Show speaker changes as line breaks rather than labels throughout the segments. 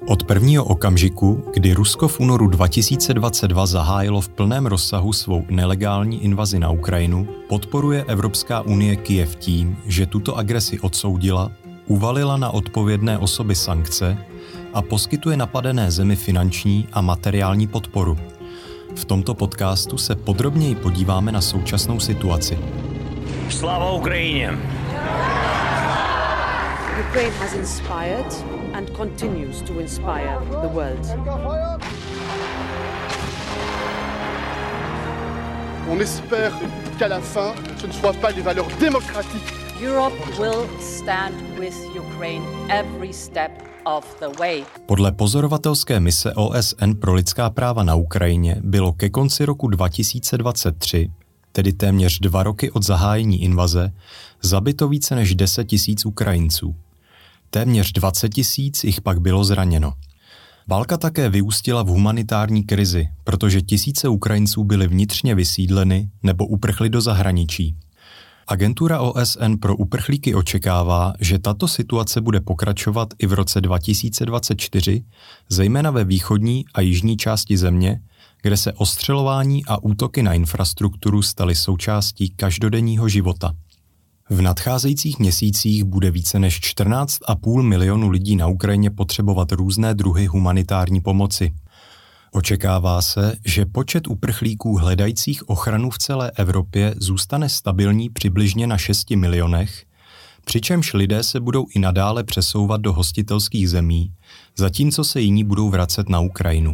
Od prvního okamžiku, kdy Rusko v únoru 2022 zahájilo v plném rozsahu svou nelegální invazi na Ukrajinu, podporuje Evropská unie Kyjev tím, že tuto agresi odsoudila, uvalila na odpovědné osoby sankce a poskytuje napadené zemi finanční a materiální podporu. V tomto podcastu se podrobněji podíváme na současnou situaci.
Slava Ukrajině!
Ukraine has inspired and continues to inspire the world.
On espère qu'à la fin, ce ne soient pas les valeurs démocratiques.
Europe will stand with Ukraine every step of the way.
Podle pozorovatelské mise OSN pro lidská práva na Ukrajině bylo ke konci roku 2023, tedy téměř 2 roky od zahájení invaze, zabito více než 10 000 Ukrajinců. Téměř 20 000 jich pak bylo zraněno. Válka také vyústila v humanitární krizi, protože tisíce Ukrajinců byly vnitřně vysídleny nebo uprchly do zahraničí. Agentura OSN pro uprchlíky očekává, že tato situace bude pokračovat i v roce 2024, zejména ve východní a jižní části země, kde se ostřelování a útoky na infrastrukturu staly součástí každodenního života. V nadcházejících měsících bude více než 14,5 milionu lidí na Ukrajině potřebovat různé druhy humanitární pomoci. Očekává se, že počet uprchlíků hledajících ochranu v celé Evropě zůstane stabilní přibližně na 6 milionech, přičemž lidé se budou i nadále přesouvat do hostitelských zemí, zatímco se jiní budou vracet na Ukrajinu.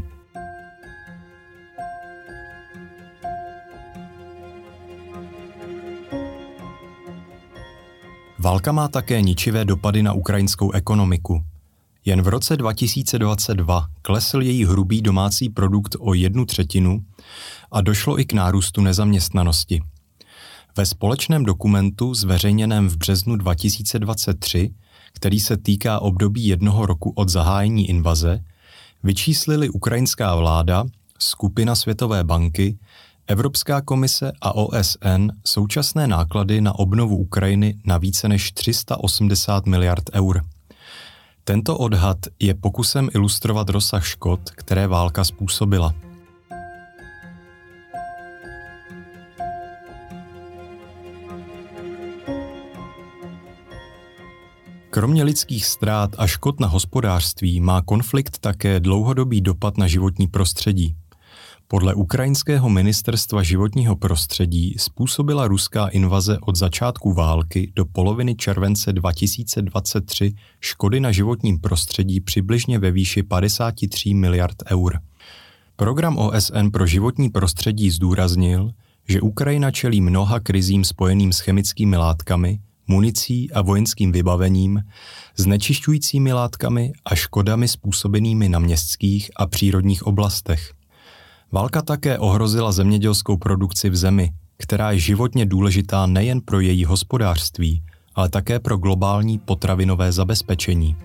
Válka má také ničivé dopady na ukrajinskou ekonomiku. Jen v roce 2022 klesl její hrubý domácí produkt o 1/3 a došlo i k nárůstu nezaměstnanosti. Ve společném dokumentu zveřejněném v březnu 2023, který se týká období 1 roku od zahájení invaze, vyčíslili ukrajinská vláda, skupina Světové banky, Evropská komise a OSN současné náklady na obnovu Ukrajiny na více než 380 miliard eur. Tento odhad je pokusem ilustrovat rozsah škod, které válka způsobila. Kromě lidských ztrát a škod na hospodářství má konflikt také dlouhodobý dopad na životní prostředí. Podle ukrajinského ministerstva životního prostředí způsobila ruská invaze od začátku války do poloviny července 2023 škody na životním prostředí přibližně ve výši 53 miliard eur. Program OSN pro životní prostředí zdůraznil, že Ukrajina čelí mnoha krizím spojeným s chemickými látkami, municí a vojenským vybavením, znečišťujícími látkami a škodami způsobenými na městských a přírodních oblastech. Válka také ohrozila zemědělskou produkci v zemi, která je životně důležitá nejen pro její hospodářství, ale také pro globální potravinové zabezpečení.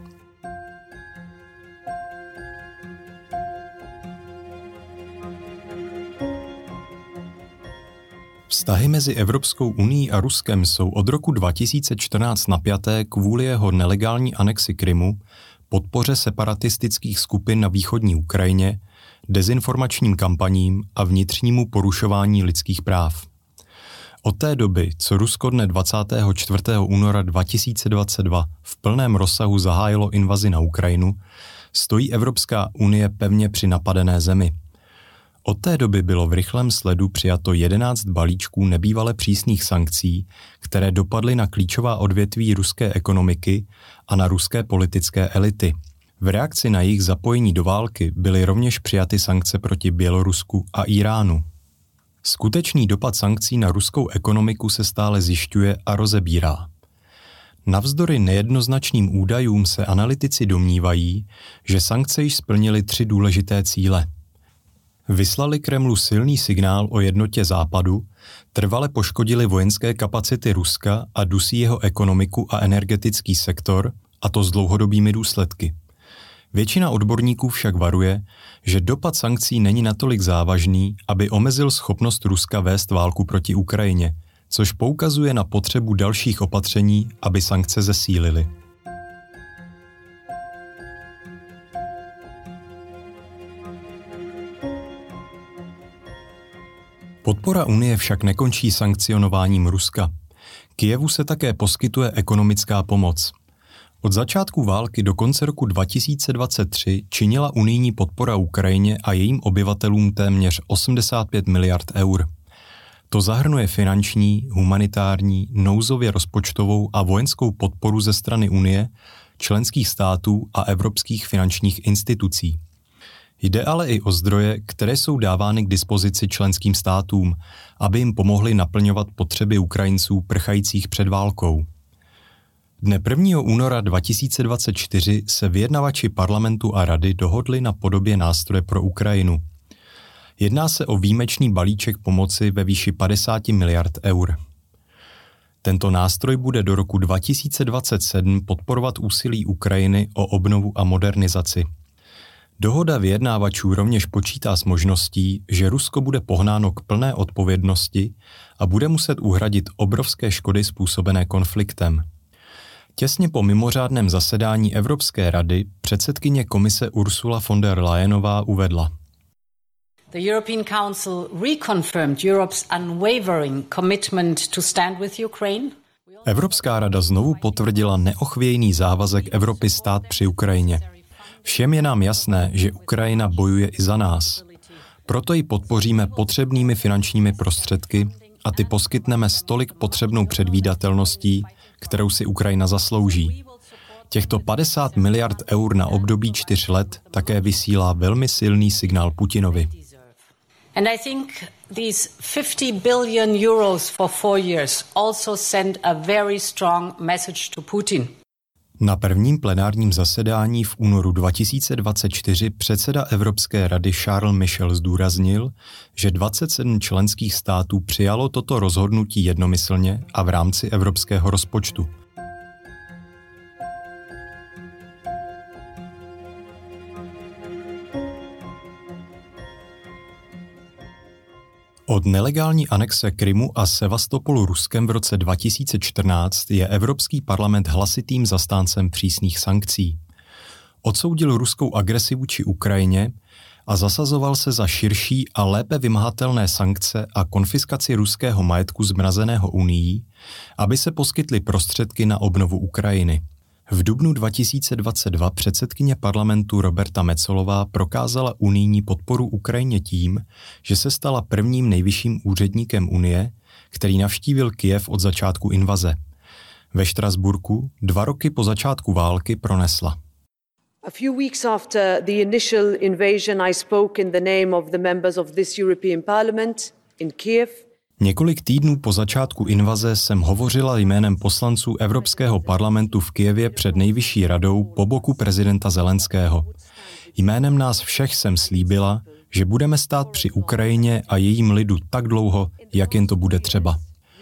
Vztahy mezi Evropskou unií a Ruskem jsou od roku 2014 napjaté kvůli jeho nelegální anexi Krymu, podpoře separatistických skupin na východní Ukrajině, dezinformačním kampaním a vnitřnímu porušování lidských práv. Od té doby, co Rusko dne 24. února 2022 v plném rozsahu zahájilo invazi na Ukrajinu, stojí Evropská unie pevně při napadené zemi. Od té doby bylo v rychlém sledu přijato 11 balíčků nebývale přísných sankcí, které dopadly na klíčová odvětví ruské ekonomiky a na ruské politické elity. V reakci na jejich zapojení do války byly rovněž přijaty sankce proti Bělorusku a Íránu. Skutečný dopad sankcí na ruskou ekonomiku se stále zjišťuje a rozebírá. Navzdory nejednoznačným údajům se analytici domnívají, že sankce již splnily 3 důležité cíle. Vyslali Kremlu silný signál o jednotě Západu, trvale poškodili vojenské kapacity Ruska a dusí jeho ekonomiku a energetický sektor, a to s dlouhodobými důsledky. Většina odborníků však varuje, že dopad sankcí není natolik závažný, aby omezil schopnost Ruska vést válku proti Ukrajině, což poukazuje na potřebu dalších opatření, aby sankce zesílily. Podpora Unie však nekončí sankcionováním Ruska. Kyjevu se také poskytuje ekonomická pomoc. Od začátku války do konce roku 2023 činila unijní podpora Ukrajině a jejím obyvatelům téměř 85 miliard eur. To zahrnuje finanční, humanitární, nouzově rozpočtovou a vojenskou podporu ze strany Unie, členských států a evropských finančních institucí. Jde ale i o zdroje, které jsou dávány k dispozici členským státům, aby jim pomohly naplňovat potřeby Ukrajinců prchajících před válkou. Dne 1. února 2024 se vyjednavači parlamentu a rady dohodli na podobě nástroje pro Ukrajinu. Jedná se o výjimečný balíček pomoci ve výši 50 miliard eur. Tento nástroj bude do roku 2027 podporovat úsilí Ukrajiny o obnovu a modernizaci. Dohoda vyjednávačů rovněž počítá s možností, že Rusko bude pohnáno k plné odpovědnosti a bude muset uhradit obrovské škody způsobené konfliktem. Těsně po mimořádném zasedání Evropské rady předsedkyně komise Ursula von der Leyenová uvedla:
The European Council reconfirmed Europe's unwavering commitment to stand with Ukraine.
Evropská rada znovu potvrdila neochvějný závazek Evropy stát při Ukrajině. Všem je nám jasné, že Ukrajina bojuje i za nás. Proto ji podpoříme potřebnými finančními prostředky a ty poskytneme s tolik potřebnou předvídatelností, kterou si Ukrajina zaslouží. Těchto 50 miliard eur na období 4 let také vysílá velmi silný signál Putinovi.
And I think these 50 billion euros for 4 years also send a very strong message to Putin.
Na prvním plenárním zasedání v únoru 2024 předseda Evropské rady Charles Michel zdůraznil, že 27 členských států přijalo toto rozhodnutí jednomyslně a v rámci evropského rozpočtu. Od nelegální anexe Krymu a Sevastopolu Ruskem v roce 2014 je Evropský parlament hlasitým zastáncem přísných sankcí. Odsoudil ruskou agresi vůči Ukrajině a zasazoval se za širší a lépe vymahatelné sankce a konfiskaci ruského majetku zmrazeného Unií, aby se poskytly prostředky na obnovu Ukrajiny. V dubnu 2022 předsedkyně parlamentu Roberta Metsolová prokázala unijní podporu Ukrajině tím, že se stala prvním nejvyšším úředníkem Unie, který navštívil Kyjev od začátku invaze. Ve Štrasburku 2 roky po začátku války pronesla:
A few weeks after the initial invasion, I spoke in the name of the members of this European Parliament in Kiev.
Několik týdnů po začátku invaze jsem hovořila jménem poslanců Evropského parlamentu v Kyjevě před nejvyšší radou po boku prezidenta Zelenského. Jménem nás všech jsem slíbila, že budeme stát při Ukrajině a jejím lidu tak dlouho, jak jen to bude třeba.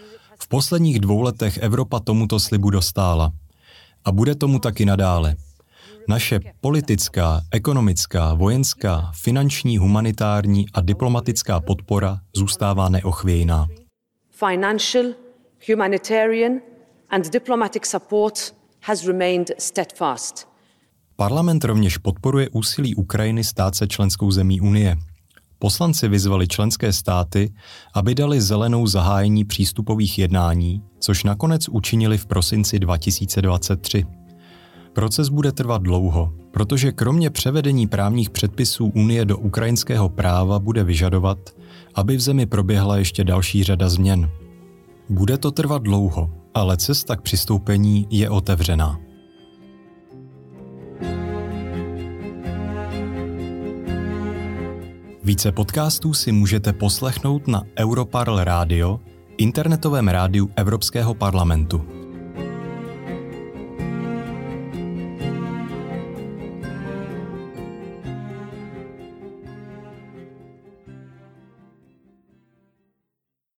V posledních 2 letech Evropa tomuto slibu dostála. A bude tomu taky nadále. Naše politická, ekonomická, vojenská, finanční, humanitární a diplomatická podpora zůstává neochvějná.
Financial, humanitarian and diplomatic support has remained steadfast.
Parlament rovněž podporuje úsilí Ukrajiny stát se členskou zemí Unie. Poslanci vyzvali členské státy, aby dali zelenou zahájení přístupových jednání, což nakonec učinili v prosinci 2023. Proces bude trvat dlouho, protože kromě převedení právních předpisů Unie do ukrajinského práva bude vyžadovat, aby v zemi proběhla ještě další řada změn. Bude to trvat dlouho, ale cesta k přistoupení je otevřená. Více podcastů si můžete poslechnout na Europarl Radio, internetovém rádiu Evropského parlamentu.